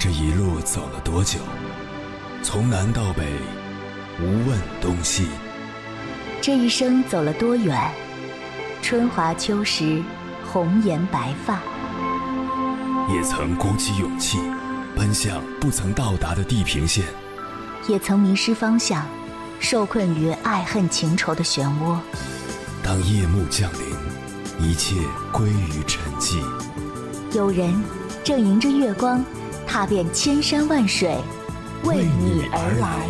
这一路走了多久？从南到北，无问东西。 这一生走了多远？春华秋实，红颜白发。 也曾鼓起勇气，奔向不曾到达的地平线。 也曾迷失方向，受困于爱恨情仇的漩涡。 当夜幕降临，一切归于沉寂。 有人正迎着月光，踏遍千山万水，为你而来。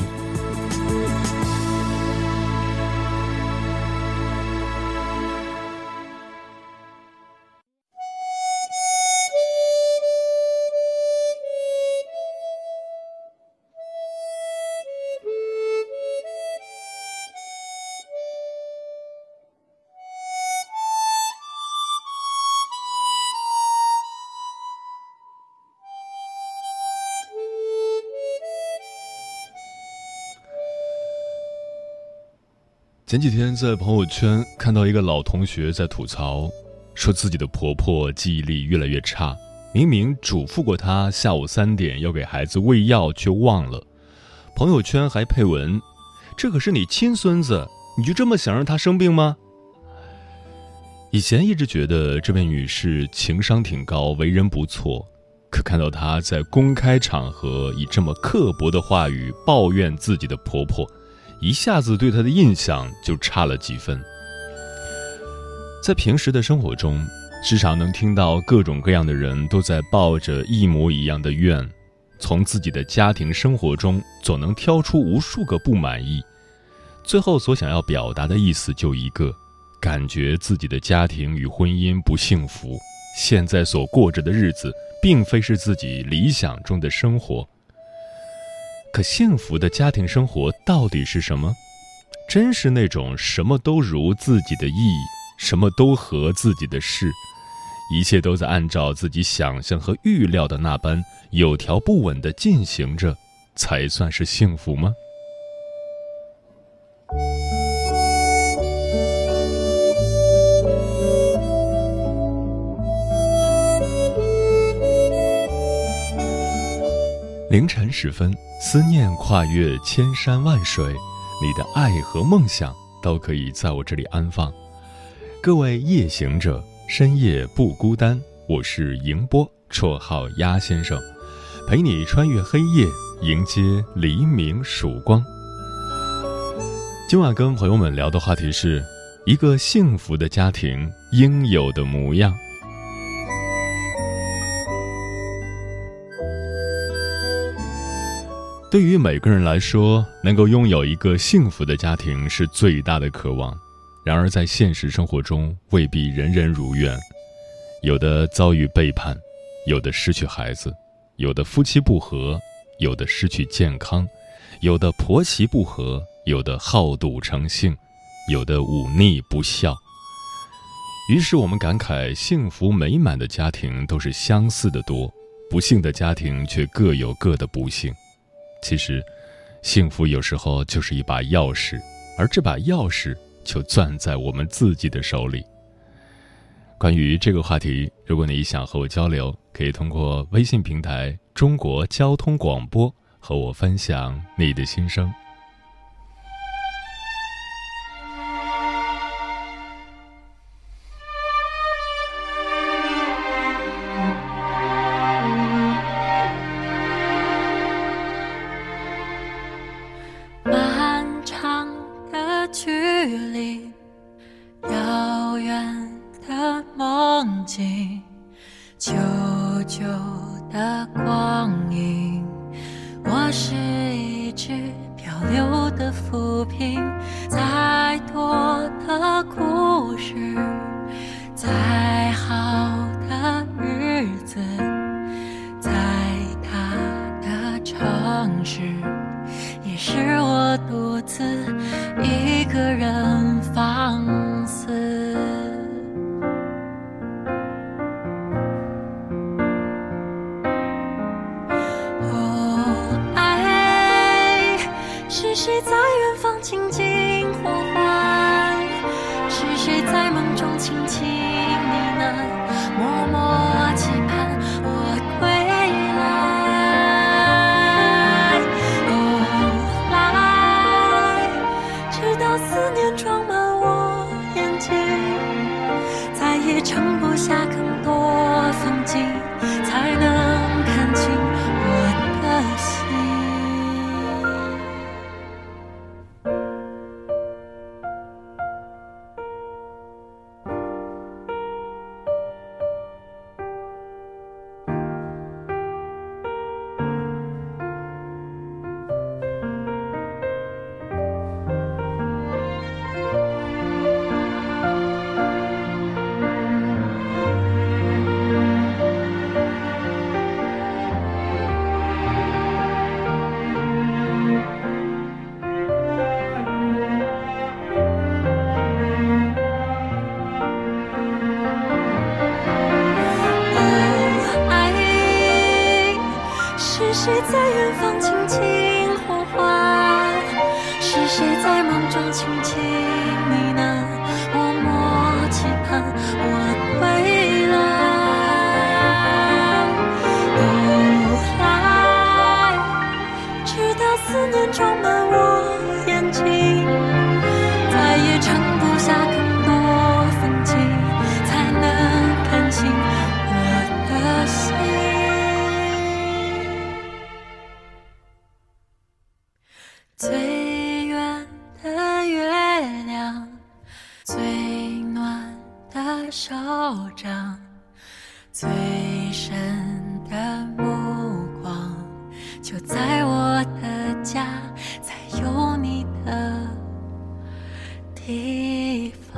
前几天在朋友圈看到一个老同学在吐槽，说自己的婆婆记忆力越来越差，明明嘱咐过她下午3点要给孩子喂药，却忘了。朋友圈还配文：这可是你亲孙子，你就这么想让他生病吗？以前一直觉得这位女士情商挺高，为人不错，可看到她在公开场合以这么刻薄的话语抱怨自己的婆婆，一下子对她的印象就差了几分。在平时的生活中，时常能听到各种各样的人都在抱着一模一样的怨，从自己的家庭生活中总能挑出无数个不满意，最后所想要表达的意思就一个：感觉自己的家庭与婚姻不幸福，现在所过着的日子并非是自己理想中的生活。可幸福的家庭生活到底是什么？真是那种什么都如自己的意，什么都合自己的事，一切都在按照自己想象和预料的那般有条不紊地进行着，才算是幸福吗？凌晨时分，思念跨越千山万水，你的爱和梦想都可以在我这里安放。各位夜行者，深夜不孤单，我是迎波，绰号鸭先生，陪你穿越黑夜，迎接黎明曙光。今晚跟朋友们聊的话题是一个幸福的家庭应有的模样。对于每个人来说，能够拥有一个幸福的家庭是最大的渴望。然而在现实生活中，未必人人如愿。有的遭遇背叛，有的失去孩子，有的夫妻不和，有的失去健康，有的婆媳不和，有的好赌成性，有的忤逆不孝。于是我们感慨，幸福美满的家庭都是相似的多，不幸的家庭却各有各的不幸。其实幸福有时候就是一把钥匙，而这把钥匙就攥在我们自己的手里。关于这个话题，如果你想和我交流，可以通过微信平台中国交通广播和我分享你的心声。 久久的光阴，我是一只漂流的浮萍，再多的故事，再好的日子，在他的城市，也是我独自一个人放肆。是谁在远方轻轻呼唤？是谁在梦中轻轻呢喃？默默期盼我归来。 谁在远方轻轻呼唤？是谁在梦中轻轻呢喃？默默期盼我归来。后来，直到思念充满我眼睛，再也盛不下更多风景，才能看清我的心。最远的月亮，最暖的手掌，最深的目光，就在我的家，在有你的地方。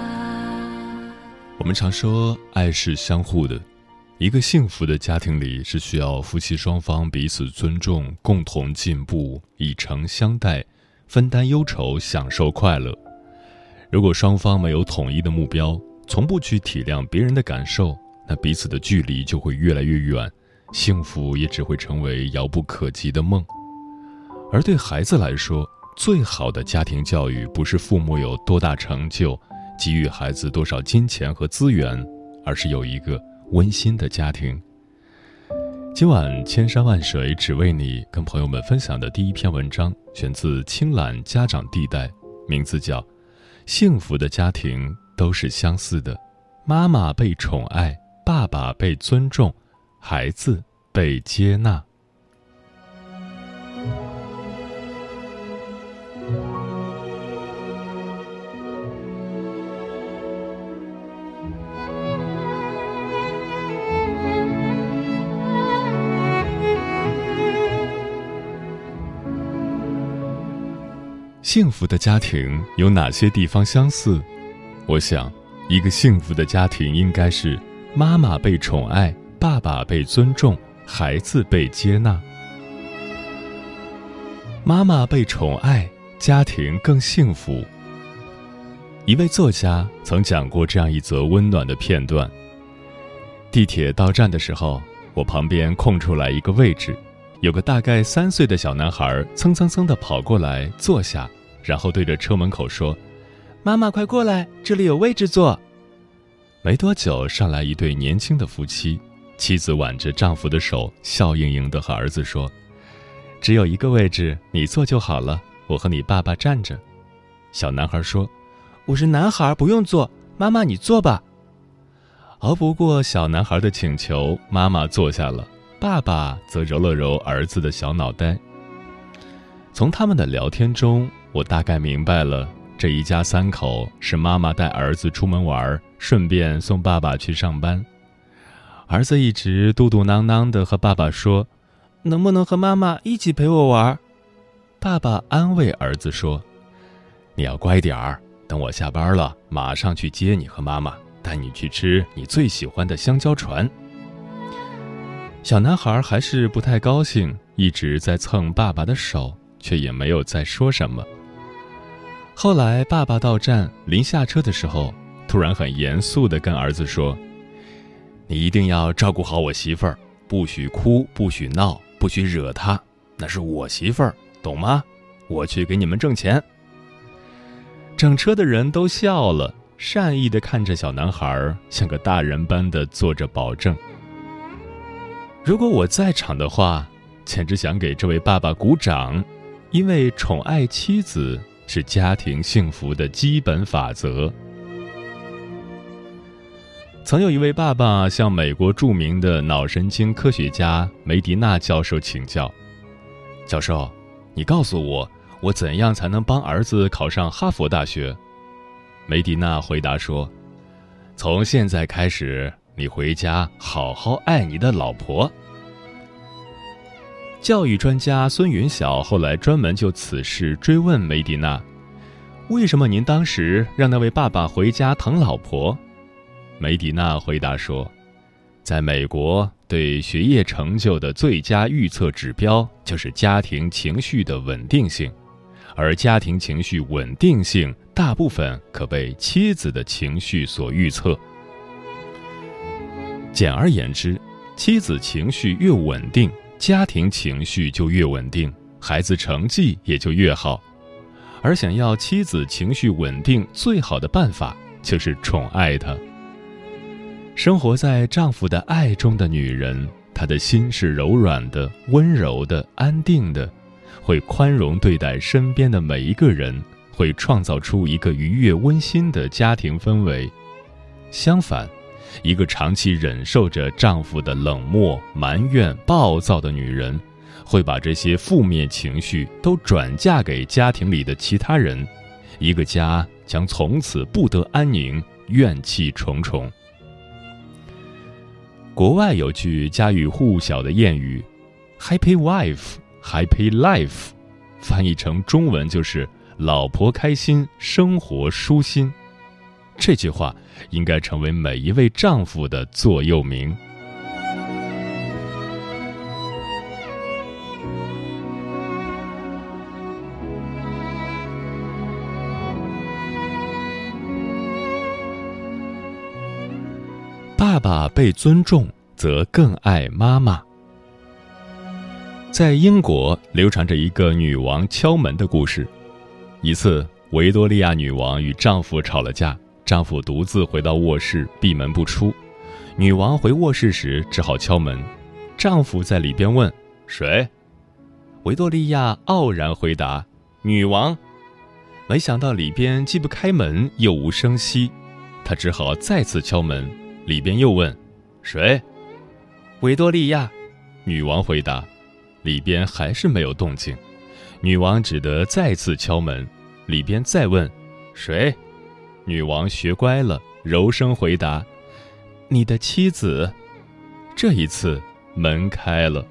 我们常说爱是相互的，一个幸福的家庭里是需要夫妻双方彼此尊重，共同进步，以诚相待，分担忧愁，享受快乐。如果双方没有统一的目标，从不去体谅别人的感受，那彼此的距离就会越来越远，幸福也只会成为遥不可及的梦。而对孩子来说，最好的家庭教育不是父母有多大成就，给予孩子多少金钱和资源，而是有一个温馨的家庭。今晚千山万水只为你，跟朋友们分享的第一篇文章选自青蓝家长地带，名字叫《幸福的家庭都是相似的，妈妈被宠爱，爸爸被尊重，孩子被接纳》。幸福的家庭有哪些地方相似？我想，一个幸福的家庭应该是妈妈被宠爱，爸爸被尊重，孩子被接纳。妈妈被宠爱，家庭更幸福。一位作家曾讲过这样一则温暖的片段：地铁到站的时候，我旁边空出来一个位置，有个大概3岁的小男孩蹭蹭蹭地跑过来坐下，然后对着车门口说：“妈妈快过来，这里有位置坐。”没多久，上来一对年轻的夫妻，妻子挽着丈夫的手，笑盈盈地和儿子说：“只有一个位置，你坐就好了，我和你爸爸站着。”小男孩说：“我是男孩，不用坐，妈妈你坐吧。”熬不过小男孩的请求，妈妈坐下了，爸爸则揉了揉儿子的小脑袋。从他们的聊天中，我大概明白了，这一家3口是妈妈带儿子出门玩，顺便送爸爸去上班。儿子一直嘟嘟囔囔地和爸爸说：“能不能和妈妈一起陪我玩？”爸爸安慰儿子说：“你要乖点儿，等我下班了，马上去接你和妈妈，带你去吃你最喜欢的香蕉船。”小男孩还是不太高兴，一直在蹭爸爸的手，却也没有再说什么。后来爸爸到站，临下车的时候，突然很严肃地跟儿子说：“你一定要照顾好我媳妇儿，不许哭，不许闹，不许惹她，那是我媳妇儿，懂吗？我去给你们挣钱。”整车的人都笑了，善意地看着小男孩，像个大人般地做着保证。如果我在场的话，简直想给这位爸爸鼓掌，因为宠爱妻子是家庭幸福的基本法则。曾有一位爸爸向美国著名的脑神经科学家梅迪纳教授请教：“教授，你告诉我，我怎样才能帮儿子考上哈佛大学？”梅迪纳回答说：“从现在开始，你回家好好爱你的老婆。”教育专家孙云晓后来专门就此事追问梅迪纳：“为什么您当时让那位爸爸回家疼老婆？”梅迪纳回答说：“在美国，对学业成就的最佳预测指标就是家庭情绪的稳定性，而家庭情绪稳定性大部分可被妻子的情绪所预测。简而言之，妻子情绪越稳定， 家庭情绪就越稳定，孩子成绩也就越好。而想要妻子情绪稳定，最好的办法就是宠爱她。生活在丈夫的爱中的女人，她的心是柔软的、温柔的、安定的，会宽容对待身边的每一个人，会创造出一个愉悦温馨的家庭氛围。相反，一个长期忍受着丈夫的冷漠、埋怨、暴躁的女人，会把这些负面情绪都转嫁给家庭里的其他人，一个家将从此不得安宁，怨气重重。国外有句家喻户晓的谚语 Happy wife, happy life， 翻译成中文就是老婆开心，生活舒心。这句话应该成为每一位丈夫的座右铭。爸爸被尊重，则更爱妈妈。在英国流传着一个女王敲门的故事。一次，维多利亚女王与丈夫吵了架，丈夫独自回到卧室，闭门不出。女王回卧室时只好敲门，丈夫在里边问：“谁？”维多利亚傲然回答：“女王。”没想到里边既不开门，又无声息，她只好再次敲门，里边又问：“谁？”维多利亚。女王回答，里边还是没有动静。女王只得再次敲门，里边再问：“谁？”女王学乖了，柔声回答：“你的妻子。”这一次门开了。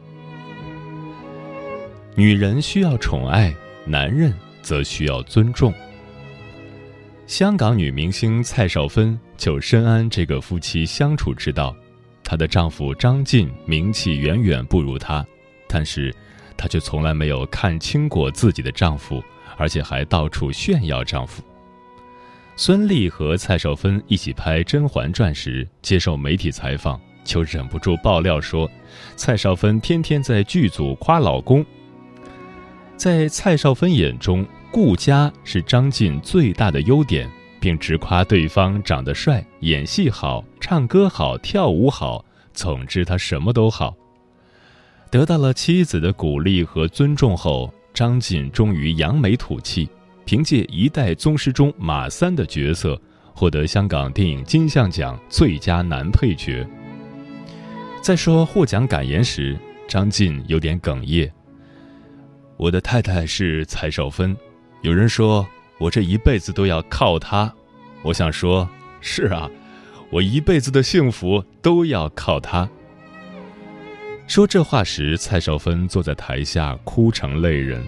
女人需要宠爱，男人则需要尊重。香港女明星蔡少芬就深谙这个夫妻相处之道。她的丈夫张晋名气远远不如她，但是她却从来没有看轻过自己的丈夫，而且还到处炫耀丈夫。孙俪和蔡少芬一起拍《甄嬛传》时，接受媒体采访，就忍不住爆料说，蔡少芬天天在剧组夸老公。在蔡少芬眼中，顾家是张晋最大的优点，并直夸对方长得帅、演戏好、唱歌好、跳舞好，总之他什么都好。得到了妻子的鼓励和尊重后，张晋终于扬眉吐气，凭借《一代宗师》中马三的角色，获得香港电影金像奖最佳男配角。在说获奖感言时，张晋有点哽咽：“我的太太是蔡少芬，有人说我这一辈子都要靠她，我想说，是啊，我一辈子的幸福都要靠她。”说这话时，蔡少芬坐在台下哭成泪人。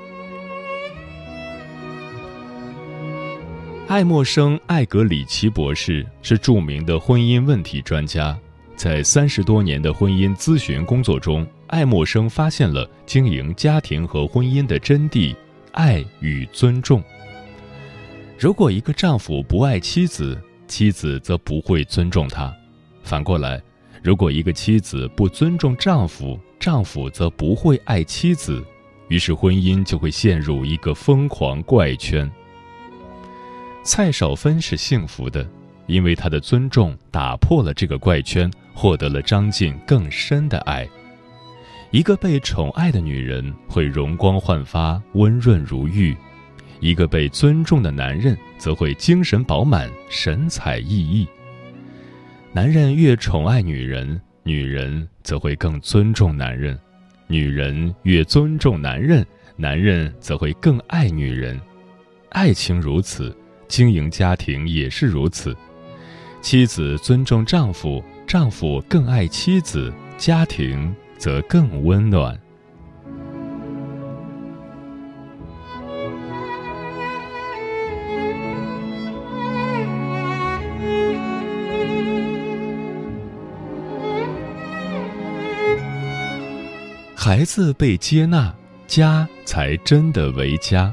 爱默生·艾格里奇博士是著名的婚姻问题专家，在30多年的婚姻咨询工作中，爱默生发现了经营家庭和婚姻的真谛：爱与尊重。如果一个丈夫不爱妻子，妻子则不会尊重他；反过来，如果一个妻子不尊重丈夫，丈夫则不会爱妻子，于是婚姻就会陷入一个疯狂怪圈。蔡少芬是幸福的，因为她的尊重打破了这个怪圈，获得了张晋更深的爱。一个被宠爱的女人会容光焕发，温润如玉；一个被尊重的男人则会精神饱满，神采奕奕。男人越宠爱女人，女人则会更尊重男人；女人越尊重男人，男人则会更爱女人。爱情如此，经营家庭也是如此。妻子尊重丈夫，丈夫更爱妻子，家庭则更温暖。孩子被接纳，家才真的为家。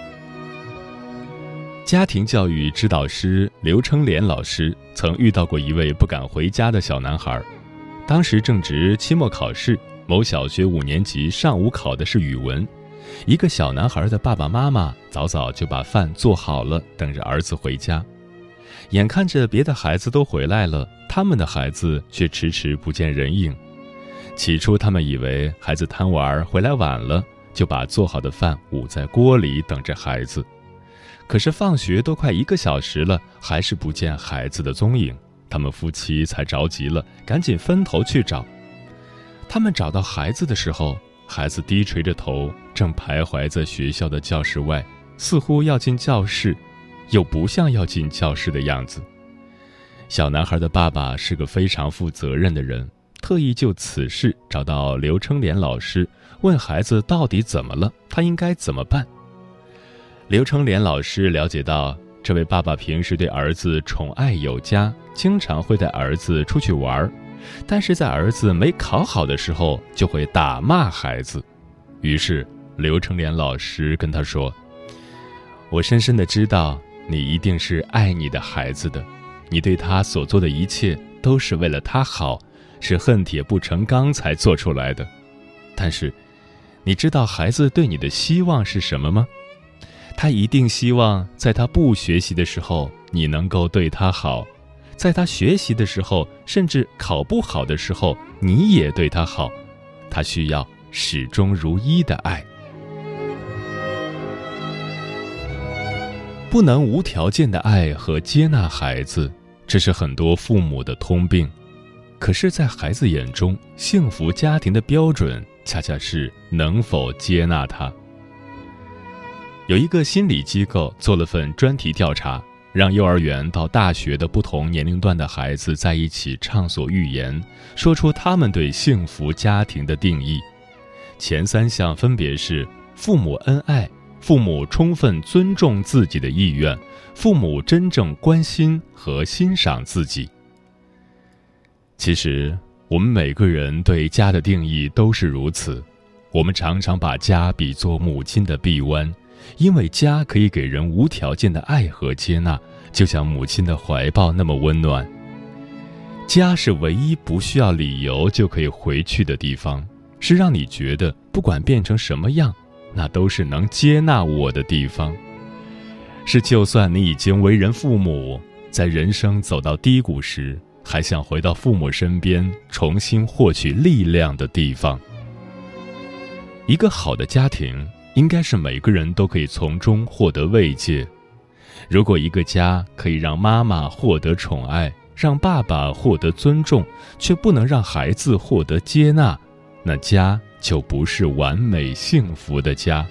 家庭教育指导师刘称莲老师曾遇到过一位不敢回家的小男孩，当时正值期末考试， 某小学5年级上午考的是语文，一个小男孩的爸爸妈妈早早就把饭做好了，等着儿子回家。眼看着别的孩子都回来了，他们的孩子却迟迟不见人影。起初他们以为孩子贪玩回来晚了，就把做好的饭捂在锅里等着孩子。可是放学都快1个小时了，还是不见孩子的踪影，他们夫妻才着急了，赶紧分头去找。他们找到孩子的时候，孩子低垂着头，正徘徊在学校的教室外，似乎要进教室，又不像要进教室的样子。小男孩的爸爸是个非常负责任的人，特意就此事找到刘春莲老师，问孩子到底怎么了，他应该怎么办。刘春莲老师了解到，这位爸爸平时对儿子宠爱有加，经常会带儿子出去玩，但是在儿子没考好的时候，就会打骂孩子。于是刘春莲老师跟他说，我深深地知道你一定是爱你的孩子的，你对他所做的一切都是为了他好，是恨铁不成钢才做出来的。但是你知道孩子对你的希望是什么吗？他一定希望在他不学习的时候你能够对他好，在他学习的时候，甚至考不好的时候，你也对他好。他需要始终如一的爱。不能无条件的爱和接纳孩子，这是很多父母的通病。可是在孩子眼中，幸福家庭的标准恰恰是能否接纳他。有一个心理机构做了份专题调查，让幼儿园到大学的不同年龄段的孩子在一起畅所欲言，说出他们对幸福家庭的定义。前3项分别是父母恩爱、父母充分尊重自己的意愿、父母真正关心和欣赏自己。其实我们每个人对家的定义都是如此，我们常常把家比作母亲的臂弯，因为家可以给人无条件的爱和接纳，就像母亲的怀抱那么温暖。家是唯一不需要理由就可以回去的地方，是让你觉得不管变成什么样，那都是能接纳我的地方。是就算你已经为人父母，在人生走到低谷时，还想回到父母身边，重新获取力量的地方。一个好的家庭应该是每个人都可以从中获得慰藉。如果一个家可以让妈妈获得宠爱，让爸爸获得尊重，却不能让孩子获得接纳，那家就不是完美幸福的家。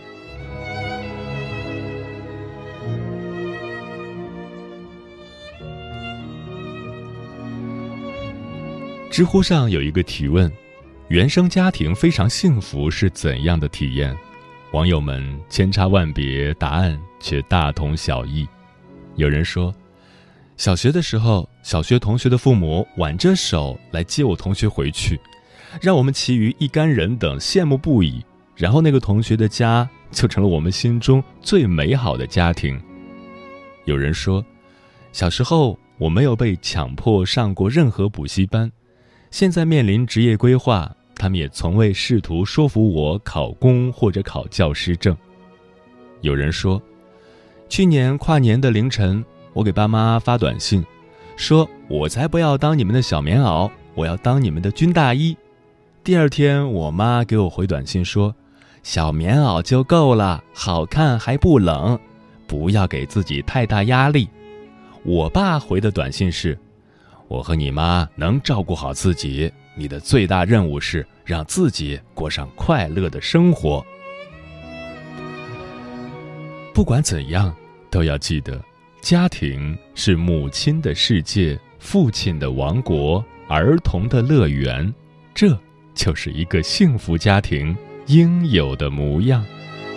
知乎上有一个提问，原生家庭非常幸福是怎样的体验？网友们千差万别，答案却大同小异。有人说，小学的时候，小学同学的父母挽着手来接我同学回去，让我们其余一干人等羡慕不已，然后那个同学的家就成了我们心中最美好的家庭。有人说，小时候我没有被强迫上过任何补习班，现在面临职业规划，他们也从未试图说服我考公或者考教师证。有人说，去年跨年的凌晨，我给爸妈发短信，说我才不要当你们的小棉袄，我要当你们的军大衣。第二天，我妈给我回短信说，小棉袄就够了，好看还不冷，不要给自己太大压力。我爸回的短信是，我和你妈能照顾好自己，你的最大任务是让自己过上快乐的生活。不管怎样，都要记得，家庭是母亲的世界，父亲的王国，儿童的乐园，这就是一个幸福家庭应有的模样。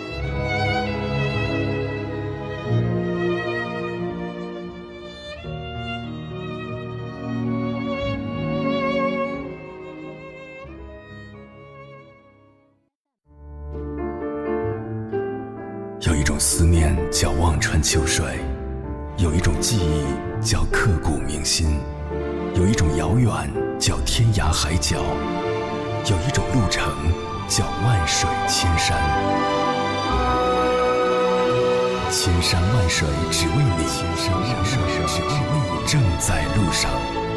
有一种思念叫望穿秋水，有一种记忆叫刻骨铭心，有一种遥远叫天涯海角， 有一种路程叫万水千山，千山万水只为你，正在路上。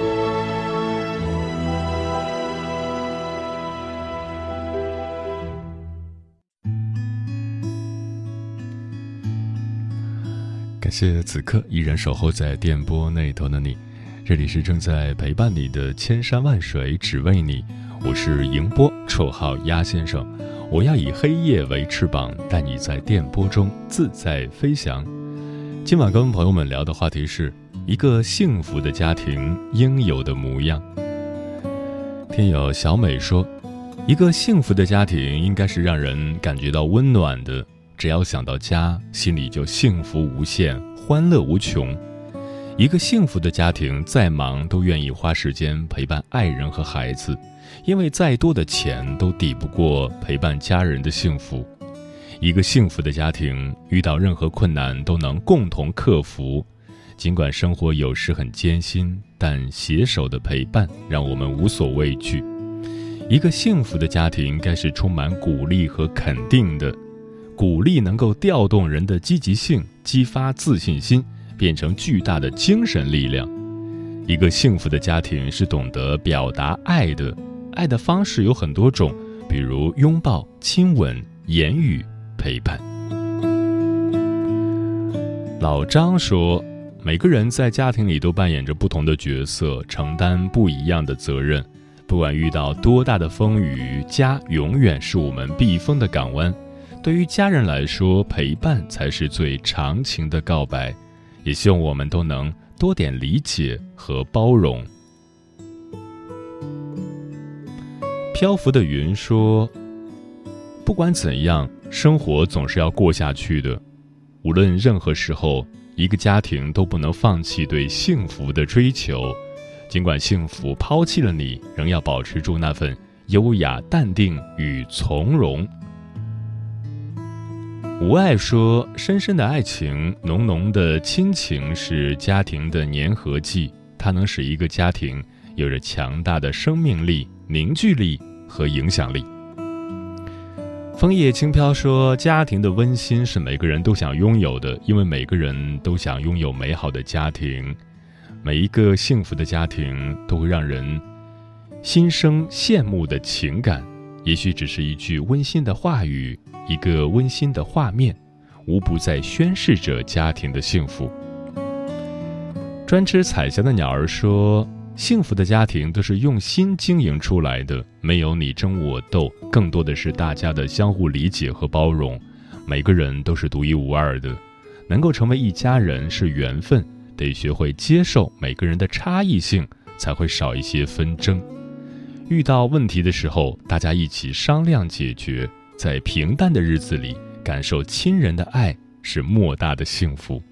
感谢此刻依然守候在电波那头的你，这里是正在陪伴你的千山万水只为你，我是迎波，绰号鸭先生。我要以黑夜为翅膀，带你在电波中自在飞翔。今晚跟朋友们聊的话题是一个幸福的家庭应有的模样。听友小美说，一个幸福的家庭应该是让人感觉到温暖的，只要想到家，心里就幸福无限，欢乐无穷。一个幸福的家庭再忙都愿意花时间陪伴爱人和孩子，因为再多的钱都抵不过陪伴家人的幸福。一个幸福的家庭遇到任何困难都能共同克服，尽管生活有时很艰辛，但携手的陪伴让我们无所畏惧。一个幸福的家庭应该是充满鼓励和肯定的，鼓励能够调动人的积极性，激发自信心，变成巨大的精神力量。一个幸福的家庭是懂得表达爱的，爱的方式有很多种，比如拥抱、亲吻、言语、陪伴。老张说，每个人在家庭里都扮演着不同的角色，承担不一样的责任。不管遇到多大的风雨，家永远是我们避风的港湾。对于家人来说，陪伴才是最长情的告白，也希望我们都能多点理解和包容。漂浮的云说，不管怎样，生活总是要过下去的。无论任何时候，一个家庭都不能放弃对幸福的追求。尽管幸福抛弃了你，仍要保持住那份优雅、淡定与从容。吴爱说，深深的爱情，浓浓的亲情是家庭的粘合剂，它能使一个家庭有着强大的生命力、凝聚力和影响力。枫叶轻飘说，家庭的温馨是每个人都想拥有的，因为每个人都想拥有美好的家庭。每一个幸福的家庭都会让人心生羡慕的情感，也许只是一句温馨的话语，一个温馨的画面，无不在宣示着家庭的幸福。专吃彩霞的鸟儿说，幸福的家庭都是用心经营出来的，没有你争我斗，更多的是大家的相互理解和包容。每个人都是独一无二的，能够成为一家人是缘分，得学会接受每个人的差异性，才会少一些纷争。遇到问题的时候，大家一起商量解决，在平淡的日子里感受亲人的爱，是莫大的幸福。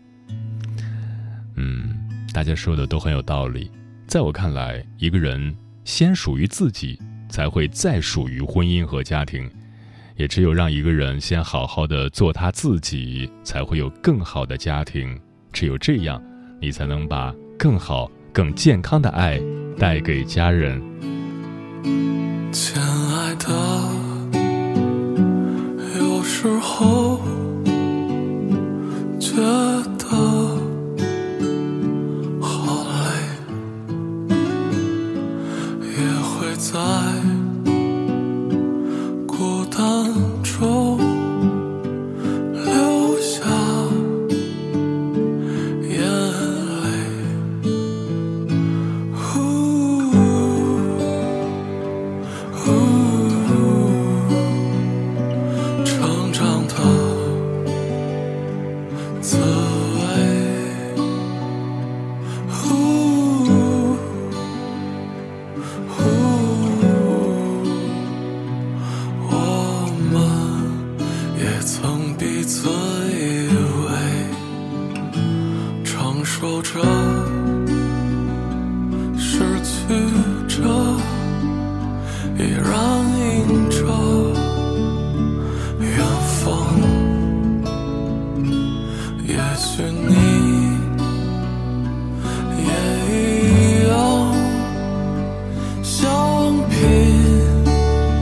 大家说的都很有道理。在我看来，一个人先属于自己，才会再属于婚姻和家庭。也只有让一个人先好好的做他自己，才会有更好的家庭。只有这样，你才能把更好、更健康的爱带给家人。 亲爱的，有时候觉得好累，也会在孤单中流下眼泪。成长的滋味，我们也曾彼此依偎，承受着失去着，依然迎着远方。也许你也一样，想拼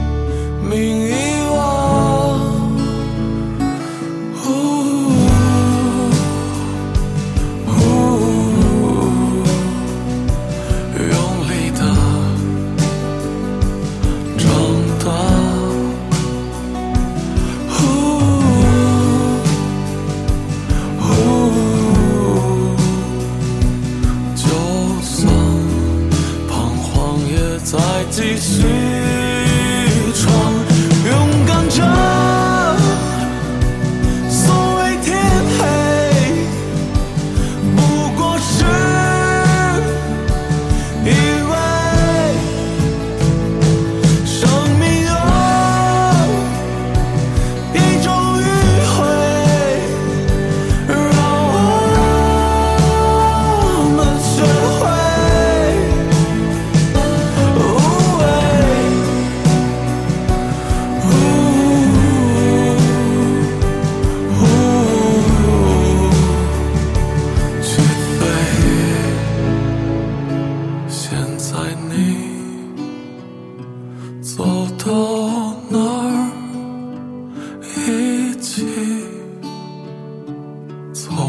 走到哪儿一起走。